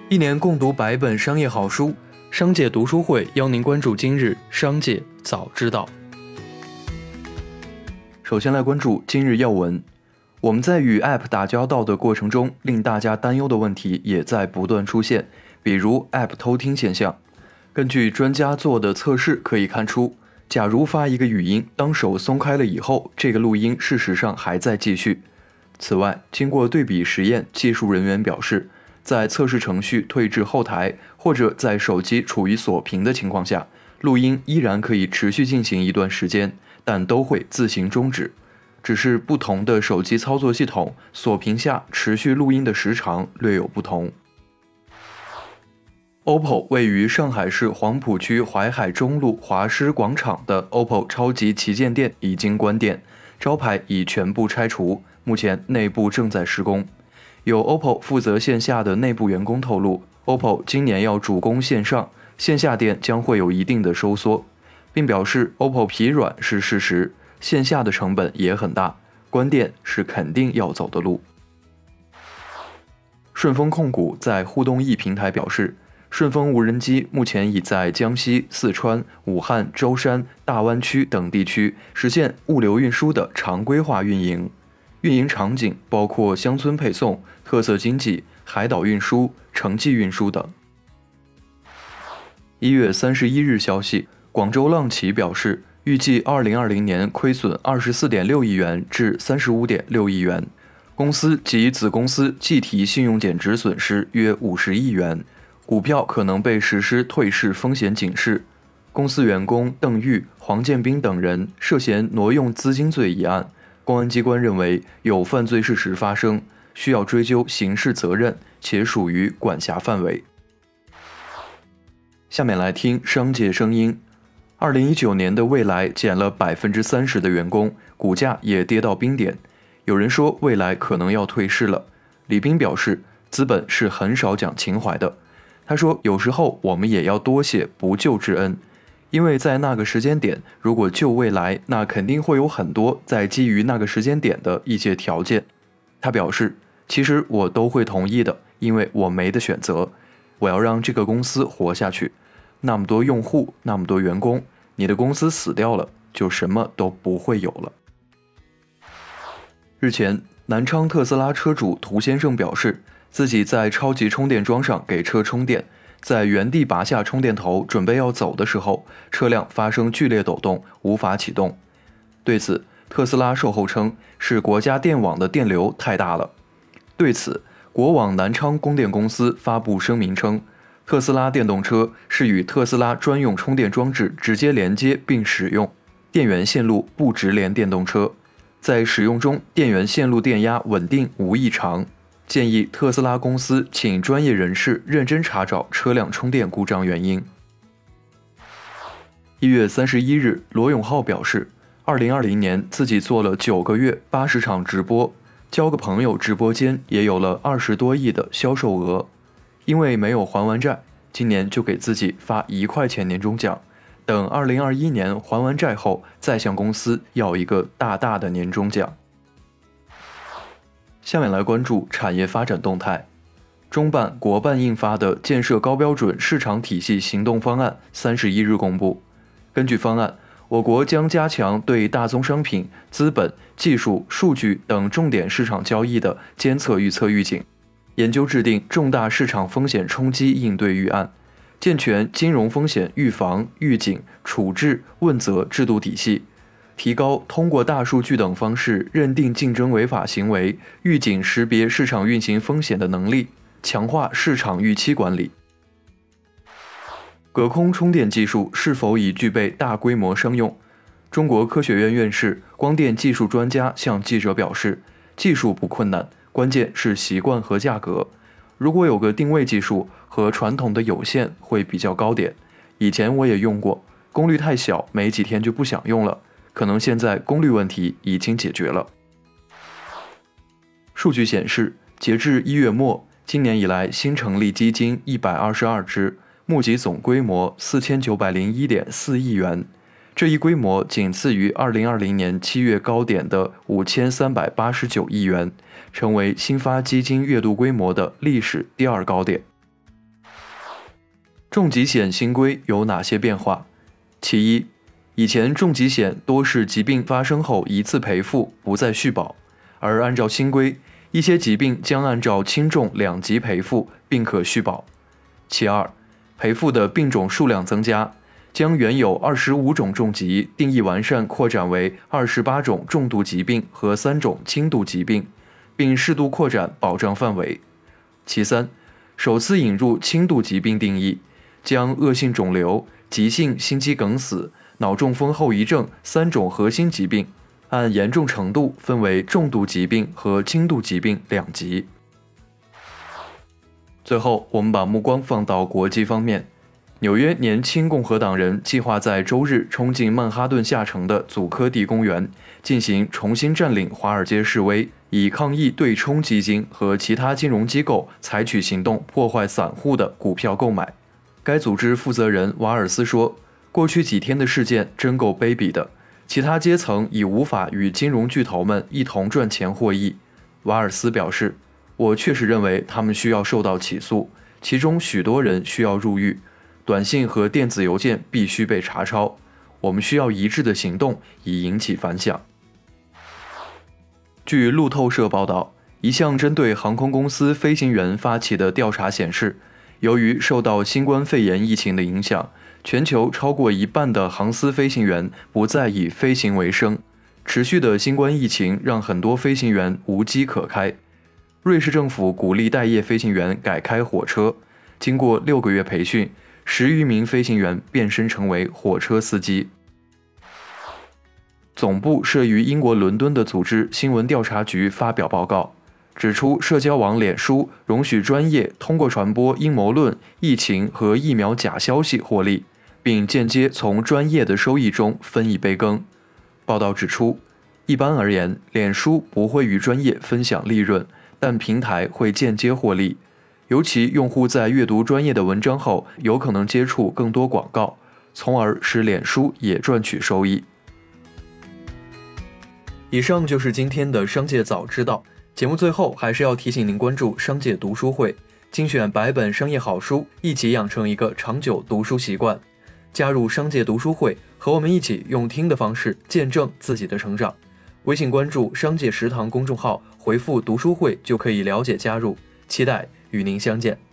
一年共读100本商业好书，商界读书会邀您关注今日商界早知道。首先来关注今日要闻。我们在与 App 打交道的过程中，令大家担忧的问题也在不断出现，比如 App 偷听现象。根据专家做的测试可以看出，假如发一个语音，当手松开了以后，这个录音事实上还在继续。此外，经过对比实验，技术人员表示，在测试程序退至后台，或者在手机处于锁屏的情况下，录音依然可以持续进行一段时间，但都会自行终止。只是不同的手机操作系统锁屏下持续录音的时长略有不同。OPPO 位于上海市黄浦区淮海中路华师广场的 OPPO 超级旗舰店已经关店，招牌已全部拆除，目前内部正在施工。有 OPPO 负责线下的内部员工透露， OPPO 今年要主攻线上，线下店将会有一定的收缩，并表示 OPPO 疲软是事实，线下的成本也很大，关店是肯定要走的路。顺丰控股在互动易平台表示，顺丰无人机目前已在江西、四川、武汉、舟山、大湾区等地区实现物流运输的常规化运营，运营场景包括乡村配送、特色经济、海岛运输、城际运输等。1月31日消息，广州浪奇表示，预计2020年亏损24.6亿元至35.6亿元，公司及子公司计提信用减值损失约50亿元，股票可能被实施退市风险警示。公司员工邓玉、黄建斌等人涉嫌挪用资金罪一案，公安机关认为有犯罪事实发生，需要追究刑事责任，且属于管辖范围。下面来听商界声音。2019年的蔚来减了30%的员工，股价也跌到冰点。有人说蔚来可能要退市了。李斌表示，资本是很少讲情怀的。他说，有时候我们也要多谢不救之恩，因为在那个时间点，如果救蔚来，那肯定会有很多在基于那个时间点的一些条件。他表示，其实我都会同意的，因为我没得选择，我要让这个公司活下去。那么多用户，那么多员工，你的公司死掉了，就什么都不会有了。日前，南昌特斯拉车主涂先生表示，自己在超级充电桩上给车充电，在原地拔下充电头准备要走的时候，车辆发生剧烈抖动，无法启动。对此，特斯拉售后称是国家电网的电流太大了。对此，国网南昌供电公司发布声明称，特斯拉电动车是与特斯拉专用充电装置直接连接并使用，电源线路不直连电动车，在使用中电源线路电压稳定无异常，建议特斯拉公司请专业人士认真查找车辆充电故障原因。1月31日，罗永浩表示，2020年自己做了9个月80场直播，交个朋友直播间也有了20多亿的销售额。因为没有还完债，今年就给自己发1块钱年终奖，等2021年还完债后，再向公司要一个大大的年终奖。下面来关注产业发展动态。中办、国办印发的建设高标准市场体系行动方案31日公布。根据方案，我国将加强对大宗商品、资本、技术、数据等重点市场交易的监测预测预警，研究制定重大市场风险冲击应对预案，健全金融风险预防、预警、处置、问责制度体系，提高通过大数据等方式认定竞争违法行为、预警识别市场运行风险的能力，强化市场预期管理。隔空充电技术是否已具备大规模商用？中国科学院院士、光电技术专家向记者表示，技术不困难，关键是习惯和价格。如果有个定位技术，和传统的有线会比较高点。以前我也用过，功率太小，没几天就不想用了。可能现在功率问题已经解决了。数据显示，截至1月末，今年以来新成立基金122只，募集总规模4901.4亿元。这一规模仅次于2020年7月高点的5389亿元，成为新发基金月度规模的历史第2高点。 重疾险新规有哪些变化？其一，以前重疾险多是疾病发生后一次赔付，不再续保，而按照新规，一些疾病将按照轻重两级赔付，并可续保。其二，赔付的病种数量增加，将原有25种重疾定义完善扩展为28种重度疾病和3种轻度疾病，并适度扩展保障范围。其三，首次引入轻度疾病定义，将恶性肿瘤、急性心肌梗死、脑中风后遗症3种核心疾病，按严重程度分为重度疾病和轻度疾病2级。最后，我们把目光放到国际方面。纽约年轻共和党人计划在周日冲进曼哈顿下城的祖科蒂公园，进行重新占领华尔街示威，以抗议对冲基金和其他金融机构采取行动破坏散户的股票购买。该组织负责人瓦尔斯说，过去几天的事件真够卑鄙的，其他阶层已无法与金融巨头们一同赚钱获益。瓦尔斯表示，我确实认为他们需要受到起诉，其中许多人需要入狱，短信和电子邮件必须被查抄，我们需要一致的行动以引起反响。据路透社报道，一项针对航空公司飞行员发起的调查显示，由于受到新冠肺炎疫情的影响，全球超过一半的航司飞行员不再以飞行为生。持续的新冠疫情让很多飞行员无机可开。瑞士政府鼓励待业飞行员改开火车，经过6个月培训，10余名飞行员变身成为火车司机。总部设于英国伦敦的组织新闻调查局发表报告，指出社交网脸书容许专业通过传播阴谋论、疫情和疫苗假消息获利，并间接从专业的收益中分一杯羹。报道指出，一般而言，脸书不会与专业分享利润，但平台会间接获利，尤其用户在阅读专业的文章后，有可能接触更多广告，从而使脸书也赚取收益。以上就是今天的商界早知道。节目最后还是要提醒您关注商界读书会，精选100本商业好书，一起养成一个长久读书习惯。加入商界读书会，和我们一起用听的方式见证自己的成长。微信关注商界食堂公众号，回复读书会就可以了解加入，期待与您相见。